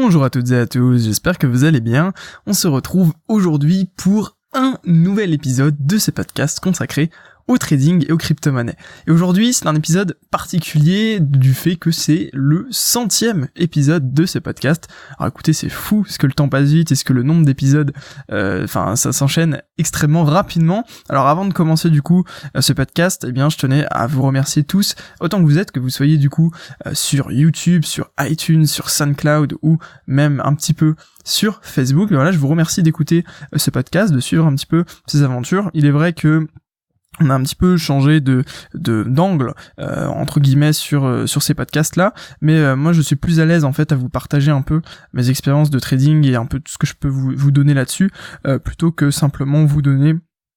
Bonjour à toutes et à tous, j'espère que vous allez bien. On se retrouve aujourd'hui pour un nouvel épisode de ce podcast consacré au trading et aux crypto-monnaies. Et aujourd'hui, c'est un épisode particulier du fait que c'est le 100e épisode de ce podcast. Alors écoutez, c'est fou, est-ce que le temps passe vite, est-ce que le nombre d'épisodes, ça s'enchaîne extrêmement rapidement. Alors avant de commencer du coup ce podcast, eh bien je tenais à vous remercier tous, autant que vous êtes, que vous soyez du coup sur YouTube, sur iTunes, sur SoundCloud ou même un petit peu sur Facebook. Mais voilà, je vous remercie d'écouter ce podcast, de suivre un petit peu ces aventures. Il est vrai que on a un petit peu changé d'angle entre guillemets sur ces podcasts là, mais moi je suis plus à l'aise en fait à vous partager un peu mes expériences de trading et un peu tout ce que je peux vous donner là-dessus, plutôt que simplement vous donner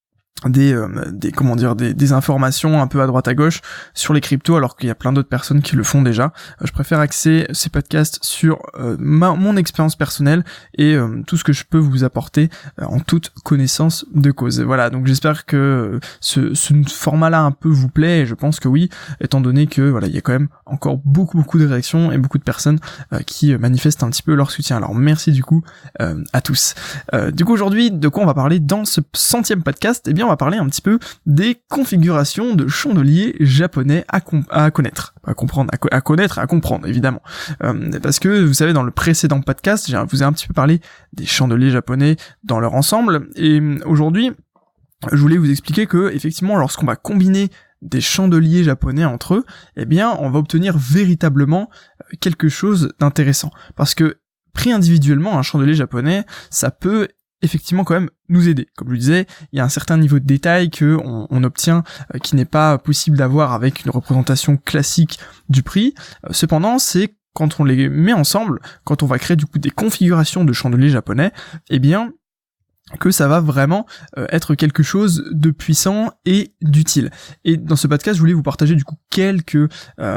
des informations un peu à droite à gauche sur les cryptos, alors qu'il y a plein d'autres personnes qui le font déjà. Je préfère axer ces podcasts sur mon expérience personnelle et tout ce que je peux vous apporter en toute connaissance de cause. Et voilà, donc j'espère que ce format-là un peu vous plaît, et je pense que oui, étant donné que voilà, il y a quand même encore beaucoup de réactions et beaucoup de personnes qui manifestent un petit peu leur soutien. Alors merci du coup à tous. Du coup aujourd'hui, de quoi on va parler dans ce 100e podcast? Eh bien on va parler un petit peu des configurations de chandeliers japonais à connaître, à comprendre, à connaître, à comprendre évidemment, parce que vous savez, dans le précédent podcast, je vous ai un petit peu parlé des chandeliers japonais dans leur ensemble, et aujourd'hui je voulais vous expliquer que effectivement lorsqu'on va combiner des chandeliers japonais entre eux, eh bien on va obtenir véritablement quelque chose d'intéressant, parce que pris individuellement, un chandelier japonais, ça peut effectivement quand même nous aider. Comme je le disais, il y a un certain niveau de détail que on obtient qui n'est pas possible d'avoir avec une représentation classique du prix. Cependant, c'est quand on les met ensemble, quand on va créer du coup des configurations de chandeliers japonais, eh bien que ça va vraiment être quelque chose de puissant et d'utile. Et dans ce podcast, je voulais vous partager du coup quelques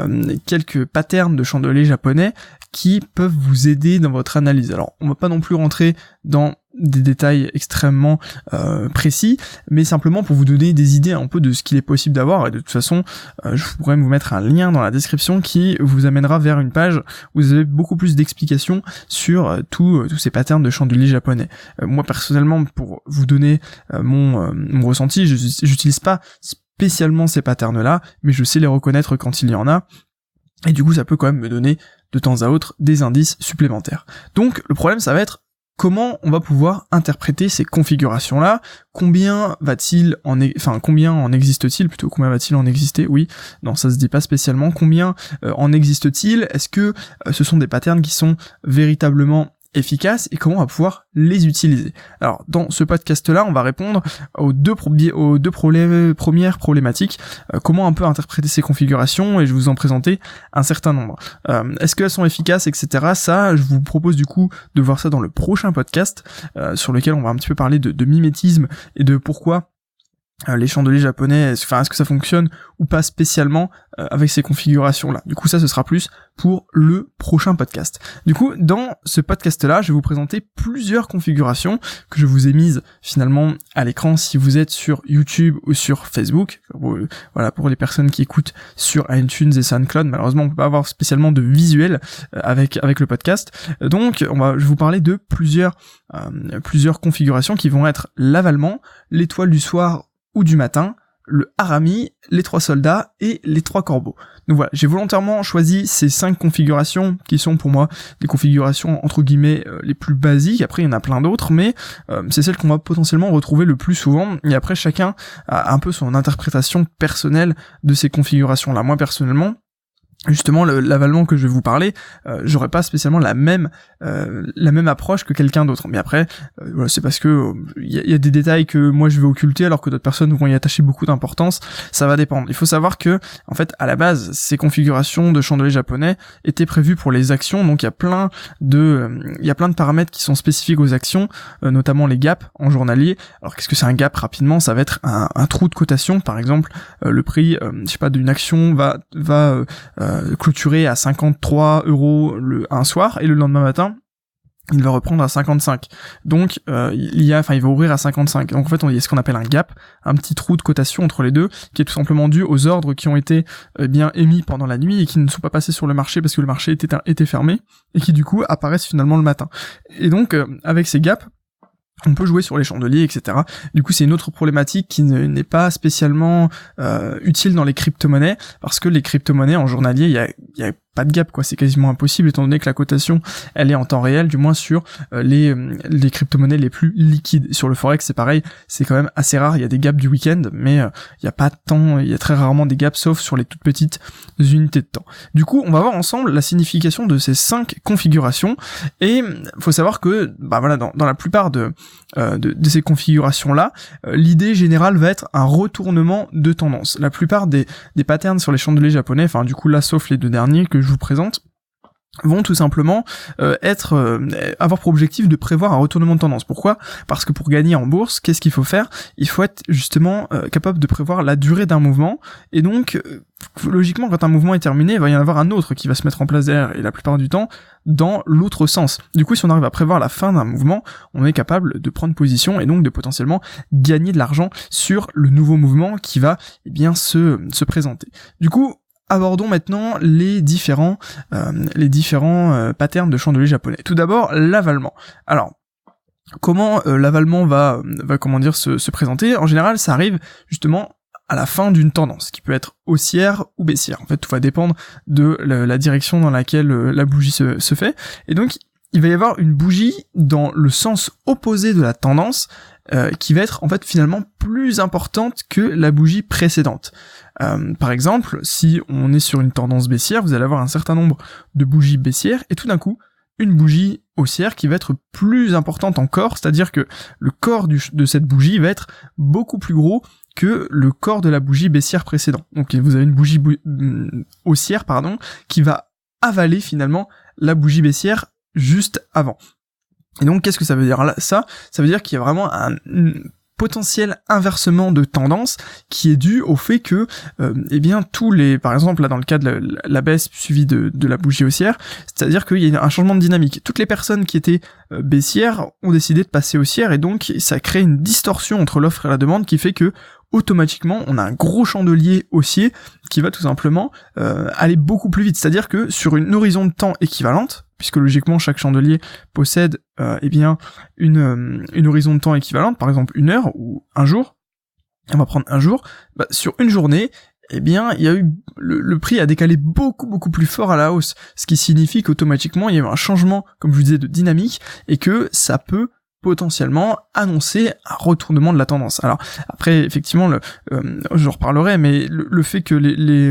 patterns de chandeliers japonais qui peuvent vous aider dans votre analyse. Alors, on va pas non plus rentrer dans des détails extrêmement précis, mais simplement pour vous donner des idées un peu de ce qu'il est possible d'avoir. Et de toute façon, je pourrais vous mettre un lien dans la description qui vous amènera vers une page où vous avez beaucoup plus d'explications sur tous ces patterns de chandeliers japonais. Moi personnellement, pour vous donner mon ressenti, j'utilise pas spécialement ces patterns-là, mais je sais les reconnaître quand il y en a, et du coup ça peut quand même me donner de temps à autre des indices supplémentaires. Donc le problème, ça va être comment on va pouvoir interpréter ces configurations-là? Combien en existe-t-il? Plutôt, combien va-t-il en exister? Oui, non, ça se dit pas spécialement. Combien en existe-t-il? Est-ce que ce sont des patterns qui sont véritablement efficaces, et comment on va pouvoir les utiliser? Alors dans ce podcast-là, on va répondre aux deux premières problématiques, comment un peu interpréter ces configurations, et je vais vous en présenter un certain nombre. Est-ce qu'elles sont efficaces, etc. Ça, je vous propose du coup de voir ça dans le prochain podcast, sur lequel on va un petit peu parler de mimétisme et de pourquoi les chandeliers japonais, est-ce que ça fonctionne ou pas spécialement avec ces configurations-là. Du coup, ça, ce sera plus pour le prochain podcast. Du coup, dans ce podcast-là, je vais vous présenter plusieurs configurations que je vous ai mises finalement à l'écran si vous êtes sur YouTube ou sur Facebook. Voilà, pour les personnes qui écoutent sur iTunes et SoundCloud, malheureusement, on peut pas avoir spécialement de visuel avec le podcast. Donc, je vais vous parler de plusieurs configurations qui vont être l'avalement, l'étoile du soir ou du matin, le harami, les 3 soldats et les 3 corbeaux. Donc voilà, j'ai volontairement choisi ces 5 configurations qui sont pour moi des configurations entre guillemets les plus basiques. Après il y en a plein d'autres, mais c'est celles qu'on va potentiellement retrouver le plus souvent, et après chacun a un peu son interprétation personnelle de ces configurations là. Moi personnellement, justement, l'avalement que je vais vous parler, j'aurais pas spécialement la même approche que quelqu'un d'autre. Mais après, voilà, c'est parce que il y a des détails que moi je vais occulter alors que d'autres personnes vont y attacher beaucoup d'importance. Ça va dépendre. Il faut savoir que, en fait, à la base, ces configurations de chandeliers japonais étaient prévues pour les actions. Donc il y a plein de paramètres qui sont spécifiques aux actions, notamment les gaps en journalier. Alors qu'est-ce que c'est un gap? Rapidement, ça va être un trou de cotation. Par exemple, le prix, d'une action va clôturé à 53 € un soir, et le lendemain matin il va reprendre à 55. Donc il va ouvrir à 55. Donc en fait, il y a ce qu'on appelle un gap, un petit trou de cotation entre les deux, qui est tout simplement dû aux ordres qui ont été bien émis pendant la nuit et qui ne sont pas passés sur le marché parce que le marché était fermé et qui du coup apparaissent finalement le matin. Et donc avec ces gaps, on peut jouer sur les chandeliers, etc. Du coup, c'est une autre problématique qui n'est pas spécialement utile dans les crypto-monnaies, parce que les crypto-monnaies en journalier, il y a pas de gap, quoi. C'est quasiment impossible, étant donné que la cotation, elle est en temps réel, du moins sur les crypto-monnaies les plus liquides. Sur le forex, c'est pareil, c'est quand même assez rare. Il y a des gaps du week-end, mais il y a pas tant, il y a très rarement des gaps, sauf sur les toutes petites unités de temps. Du coup, on va voir ensemble la signification de ces 5 configurations, et faut savoir que, dans la plupart de ces configurations-là, l'idée générale va être un retournement de tendance. La plupart des patterns sur les chandeliers japonais, enfin du coup là, sauf les 2 derniers que je vous présente, vont tout simplement avoir pour objectif de prévoir un retournement de tendance. Pourquoi ? Parce que pour gagner en bourse, qu'est-ce qu'il faut faire ? Il faut être justement capable de prévoir la durée d'un mouvement, et donc logiquement, quand un mouvement est terminé, il va y en avoir un autre qui va se mettre en place derrière, et la plupart du temps dans l'autre sens. Du coup, si on arrive à prévoir la fin d'un mouvement, on est capable de prendre position et donc de potentiellement gagner de l'argent sur le nouveau mouvement qui va se présenter. Du coup, abordons maintenant les différents patterns de chandeliers japonais. Tout d'abord, l'avalement. Alors, comment l'avalement va se présenter ? En général, ça arrive justement à la fin d'une tendance, qui peut être haussière ou baissière. En fait, tout va dépendre de la direction dans laquelle la bougie se fait. Et donc, il va y avoir une bougie dans le sens opposé de la tendance, qui va être en fait finalement plus importante que la bougie précédente. Par exemple, si on est sur une tendance baissière, vous allez avoir un certain nombre de bougies baissières, et tout d'un coup, une bougie haussière qui va être plus importante encore, c'est-à-dire que le corps de cette bougie va être beaucoup plus gros que le corps de la bougie baissière précédente. Donc vous avez une bougie haussière, qui va avaler finalement la bougie baissière juste avant. Et donc qu'est-ce que ça veut dire là ? Ça veut dire qu'il y a vraiment un potentiel inversement de tendance qui est dû au fait que par exemple là dans le cas de la baisse suivie de la bougie haussière, c'est-à-dire qu'il y a un changement de dynamique. Toutes les personnes qui étaient baissières ont décidé de passer haussière, et donc ça crée une distorsion entre l'offre et la demande qui fait que automatiquement on a un gros chandelier haussier qui va tout simplement aller beaucoup plus vite. C'est-à-dire que sur une horizon de temps équivalente, puisque logiquement chaque chandelier possède une horizon de temps équivalente, par exemple 1 heure ou un jour, on va prendre un jour, sur une journée, il y a eu le prix a décalé beaucoup plus fort à la hausse, ce qui signifie qu'automatiquement il y a eu un changement, comme je vous disais, de dynamique, et que ça peut potentiellement annoncer un retournement de la tendance. Alors après, effectivement, j'en reparlerai, mais le fait que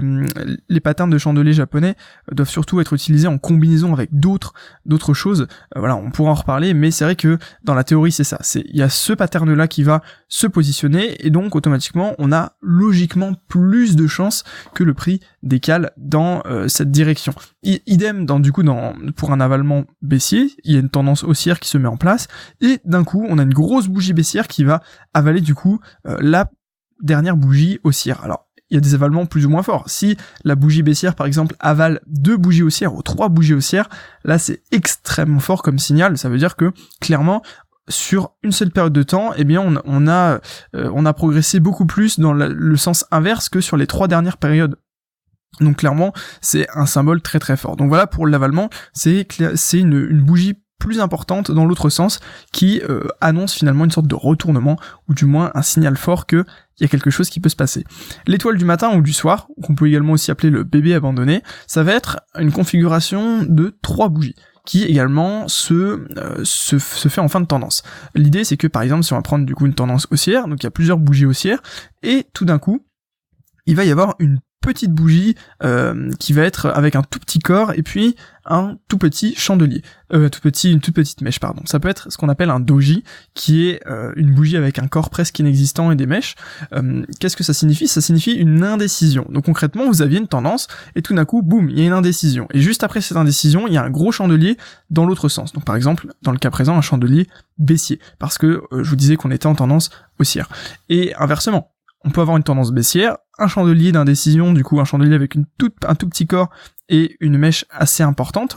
les patterns de chandeliers japonais doivent surtout être utilisés en combinaison avec d'autres choses, on pourra en reparler, mais c'est vrai que dans la théorie c'est ça, il y a ce pattern là qui va se positionner, et donc automatiquement on a logiquement plus de chances que le prix décale dans cette direction. Idem pour un avalement baissier, il y a une tendance haussière qui se met en place, et d'un coup on a une grosse bougie baissière qui va avaler du coup la dernière bougie haussière. Alors il y a des avalements plus ou moins forts. Si la bougie baissière par exemple avale 2 bougies haussières ou 3 bougies haussières, là c'est extrêmement fort comme signal. Ça veut dire que clairement sur une seule période de temps, on a progressé beaucoup plus dans le sens inverse que sur les 3 dernières périodes. Donc clairement, c'est un symbole très très fort. Donc voilà, pour l'avalement, c'est une bougie plus importante dans l'autre sens qui annonce finalement une sorte de retournement, ou du moins un signal fort que il y a quelque chose qui peut se passer. L'étoile du matin ou du soir, qu'on peut également aussi appeler le bébé abandonné, ça va être une configuration de 3 bougies qui également se fait en fin de tendance. L'idée c'est que par exemple si on va prendre du coup une tendance haussière, donc il y a plusieurs bougies haussières, et tout d'un coup il va y avoir une petite bougie qui va être avec un tout petit corps et puis un tout petit chandelier, une toute petite mèche, pardon. Ça peut être ce qu'on appelle un doji, qui est une bougie avec un corps presque inexistant et des mèches. Qu'est-ce que ça signifie ? Ça signifie une indécision. Donc concrètement, vous aviez une tendance et tout d'un coup, boum, il y a une indécision. Et juste après cette indécision, il y a un gros chandelier dans l'autre sens. Donc par exemple, dans le cas présent, un chandelier baissier, parce que je vous disais qu'on était en tendance haussière. Et inversement, on peut avoir une tendance baissière, un chandelier d'indécision, du coup un chandelier avec un tout petit corps et une mèche assez importante, ou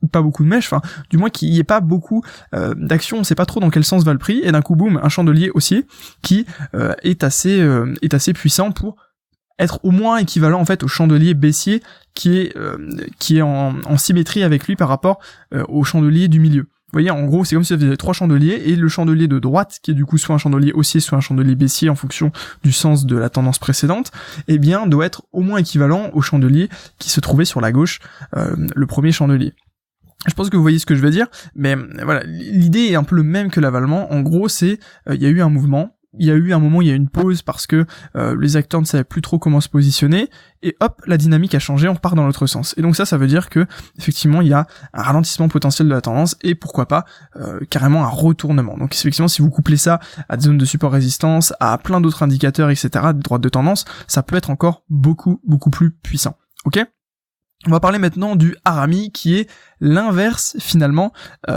pas beaucoup de mèches, enfin du moins qu'il y ait pas beaucoup d'action, on sait pas trop dans quel sens va le prix, et d'un coup boum, un chandelier haussier qui est assez puissant pour être au moins équivalent en fait au chandelier baissier qui est en symétrie avec lui par rapport au chandelier du milieu. Vous voyez, en gros, c'est comme si vous aviez 3 chandeliers, et le chandelier de droite, qui est du coup soit un chandelier haussier, soit un chandelier baissier en fonction du sens de la tendance précédente, eh bien, doit être au moins équivalent au chandelier qui se trouvait sur la gauche, le premier chandelier. Je pense que vous voyez ce que je veux dire, mais voilà, l'idée est un peu le même que l'avalement. En gros, c'est, il y a eu un mouvement, il y a eu un moment, il y a eu une pause parce que les acteurs ne savaient plus trop comment se positionner, et hop, la dynamique a changé, on repart dans l'autre sens. Et donc ça veut dire que effectivement il y a un ralentissement potentiel de la tendance, et pourquoi pas carrément un retournement. Donc effectivement, si vous couplez ça à des zones de support résistance, à plein d'autres indicateurs, etc., de droite de tendance, ça peut être encore beaucoup plus puissant. Ok ? On va parler maintenant du harami, qui est l'inverse finalement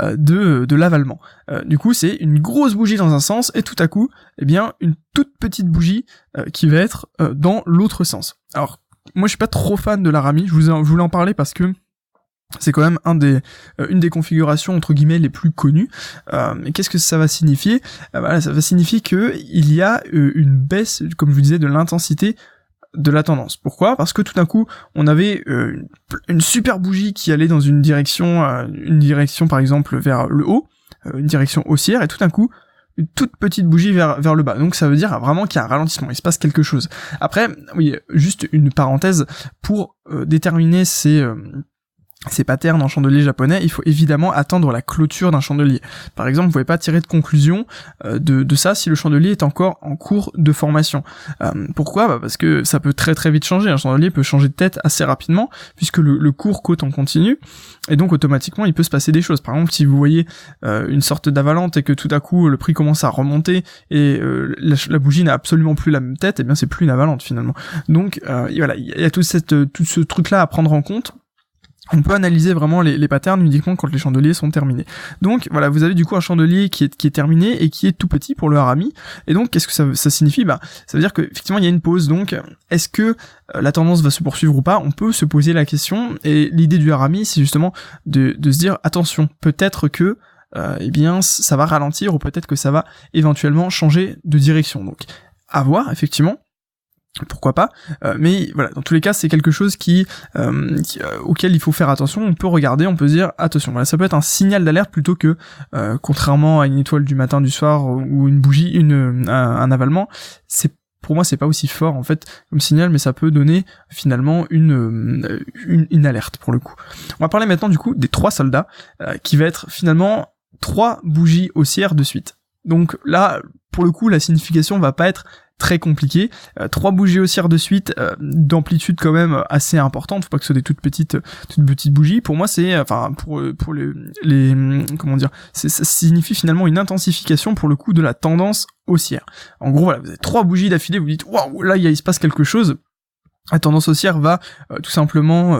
de l'avalement. Du coup, c'est une grosse bougie dans un sens, et tout à coup, eh bien, une toute petite bougie qui va être dans l'autre sens. Alors, moi, je suis pas trop fan de l'harami. Je voulais en parler parce que c'est quand même une des configurations entre guillemets les plus connues. Et qu'est-ce que ça va signifier ? Voilà, ça va signifier que il y a une baisse, comme je vous disais, de l'intensité de la tendance. Pourquoi ? Parce que tout d'un coup, on avait une super bougie qui allait dans une direction par exemple vers le haut, une direction haussière, et tout d'un coup, une toute petite bougie vers le bas. Donc ça veut dire vraiment qu'il y a un ralentissement, il se passe quelque chose. Après, oui, juste une parenthèse, pour déterminer ces patterns en chandelier japonais, il faut évidemment attendre la clôture d'un chandelier. Par exemple, vous pouvez pas tirer de conclusion de ça si le chandelier est encore en cours de formation. Pourquoi ? Bah parce que ça peut très vite changer. Un chandelier peut changer de tête assez rapidement, puisque le cours cote en continu, et donc automatiquement il peut se passer des choses. Par exemple, si vous voyez une sorte d'avalante et que tout à coup le prix commence à remonter et la bougie n'a absolument plus la même tête, eh bien c'est plus une avalante finalement. Donc voilà, il y a tout ce truc-là à prendre en compte. On peut analyser vraiment les patterns uniquement quand les chandeliers sont terminés. Donc voilà, vous avez du coup un chandelier qui est terminé et qui est tout petit pour le harami. Et donc qu'est-ce que ça signifie ? Bah ça veut dire que effectivement il y a une pause. Donc est-ce que la tendance va se poursuivre ou pas ? On peut se poser la question. Et l'idée du harami, c'est justement de se dire attention, peut-être que eh bien ça va ralentir, ou peut-être que ça va éventuellement changer de direction. Donc à voir effectivement. Pourquoi pas, mais voilà, dans tous les cas c'est quelque chose auquel il faut faire attention. On peut regarder, on peut se dire attention, voilà, ça peut être un signal d'alerte plutôt que contrairement à une étoile du matin, du soir, ou une bougie, un avalement. Pour moi c'est pas aussi fort en fait comme signal, mais ça peut donner finalement une alerte pour le coup. On va parler maintenant du coup des 3 soldats, qui va être finalement 3 bougies haussières de suite. Donc là, pour le coup, la signification va pas être très compliquée. 3 bougies haussières de suite, d'amplitude quand même assez importante. Faut pas que ce soit des toutes petites bougies. Pour moi, c'est, enfin, pour les comment dire, ça signifie finalement une intensification pour le coup de la tendance haussière. En gros, voilà, vous avez 3 bougies d'affilée, vous dites, waouh, là, il se passe quelque chose. La tendance haussière va tout simplement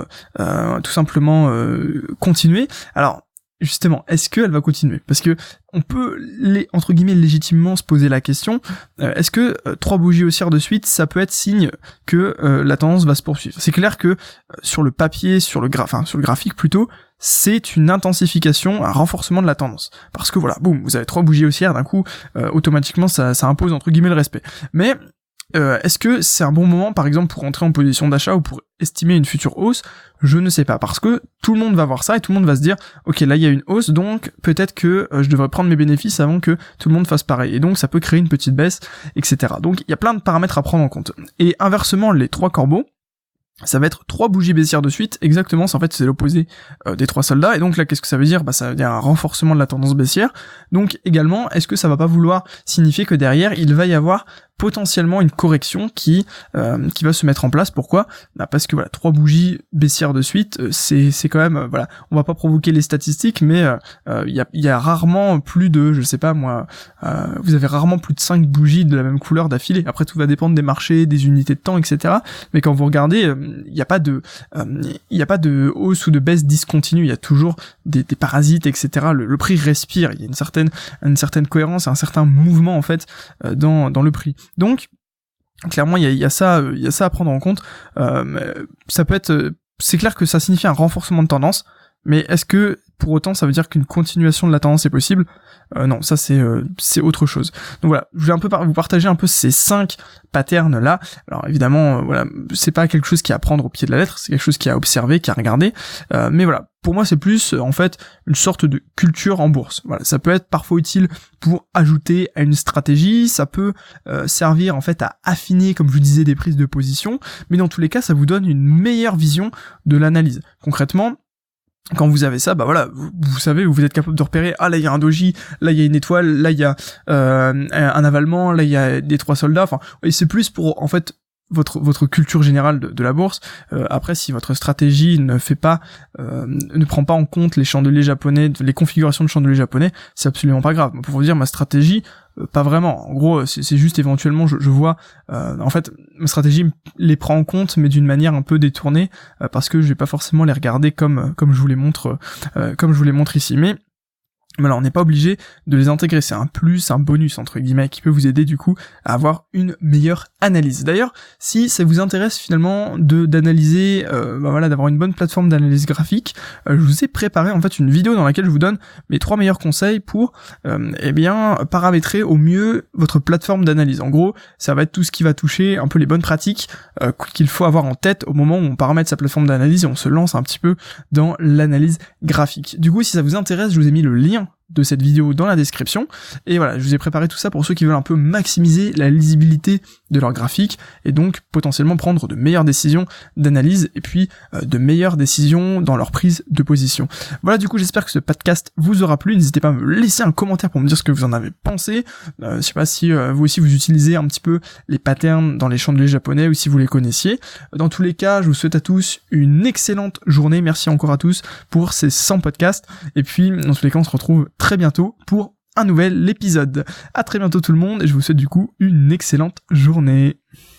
continuer. Alors, justement, est-ce qu'elle va continuer ? Parce que on peut, entre guillemets, légitimement se poser la question, est-ce que 3 bougies haussières de suite, ça peut être signe que la tendance va se poursuivre ? C'est clair que sur le papier, sur le graphique plutôt, c'est une intensification, un renforcement de la tendance. Parce que voilà, boum, vous avez 3 bougies haussières, d'un coup, automatiquement, ça impose entre guillemets le respect. Mais est-ce que c'est un bon moment, par exemple, pour entrer en position d'achat ou pour estimer une future hausse ? Je ne sais pas, parce que tout le monde va voir ça et tout le monde va se dire ok, là il y a une hausse, donc peut-être que je devrais prendre mes bénéfices avant que tout le monde fasse pareil, et donc ça peut créer une petite baisse, etc. Donc il y a plein de paramètres à prendre en compte. Et inversement, les 3 corbeaux, ça va être 3 bougies baissières de suite, exactement, c'est l'opposé des 3 soldats, et donc là qu'est-ce que ça veut dire ? Bah ça veut dire un renforcement de la tendance baissière. Donc également, est-ce que ça va pas vouloir signifier que derrière il va y avoir potentiellement une correction qui va se mettre en place. Pourquoi ? Bah parce que voilà, 3 bougies baissières de suite, c'est quand même voilà, on va pas provoquer les statistiques, mais il y a rarement plus de, je sais pas moi, vous avez rarement plus de 5 bougies de la même couleur d'affilée. Après tout va dépendre des marchés, des unités de temps, etc. Mais quand vous regardez, il y a pas de hausse ou de baisse discontinue, il y a toujours des parasites, etc. Le prix respire, il y a une certaine cohérence, un certain mouvement en fait dans le prix. Donc clairement il y a ça à prendre en compte. Ça peut être, c'est clair que ça signifie un renforcement de tendance, Mais est-ce que pour autant ça veut dire qu'une continuation de la tendance est possible? Non, ça c'est autre chose. Donc voilà, je vais un peu vous partager un peu ces 5 patterns là. Alors évidemment, voilà, c'est pas quelque chose qui est à prendre au pied de la lettre, c'est quelque chose qui est à observer, qui est à regarder. Mais voilà, pour moi c'est plus en fait une sorte de culture en bourse. Voilà, ça peut être parfois utile pour ajouter à une stratégie, ça peut servir en fait à affiner, comme je vous disais, des prises de position, mais dans tous les cas, ça vous donne une meilleure vision de l'analyse. Concrètement, quand vous avez ça, bah voilà, vous savez, vous êtes capable de repérer, ah là il y a un doji, là il y a une étoile, là il y a un avalement, là il y a des 3 soldats, enfin, et c'est plus pour en fait votre culture générale de la bourse. Après, si votre stratégie ne prend pas en compte les chandeliers japonais, les configurations de chandeliers japonais, c'est absolument pas grave. Pour vous dire, ma stratégie, pas vraiment. En gros, c'est juste éventuellement, je vois, en fait, ma stratégie les prend en compte, mais d'une manière un peu détournée, parce que je vais pas forcément les regarder comme je vous les montre, ici. Mais voilà, on n'est pas obligé de les intégrer, c'est un plus, un bonus entre guillemets qui peut vous aider du coup à avoir une meilleure analyse. D'ailleurs, si ça vous intéresse finalement d'analyser, d'avoir une bonne plateforme d'analyse graphique, je vous ai préparé en fait une vidéo dans laquelle je vous donne mes 3 meilleurs conseils pour paramétrer au mieux votre plateforme d'analyse. En gros, ça va être tout ce qui va toucher un peu les bonnes pratiques qu'il faut avoir en tête au moment où on paramètre sa plateforme d'analyse et on se lance un petit peu dans l'analyse graphique. Du coup, si ça vous intéresse, je vous ai mis le lien de cette vidéo dans la description, et voilà, je vous ai préparé tout ça pour ceux qui veulent un peu maximiser la lisibilité de leur graphique, et donc potentiellement prendre de meilleures décisions d'analyse, et puis de meilleures décisions dans leur prise de position. Voilà, du coup j'espère que ce podcast vous aura plu, n'hésitez pas à me laisser un commentaire pour me dire ce que vous en avez pensé, je sais pas si vous aussi vous utilisez un petit peu les patterns dans les chandeliers japonais, ou si vous les connaissiez. Dans tous les cas, je vous souhaite à tous une excellente journée, merci encore à tous pour ces 100 podcasts, et puis dans tous les cas on se retrouve très bientôt pour un nouvel épisode. À très bientôt tout le monde, et je vous souhaite du coup une excellente journée.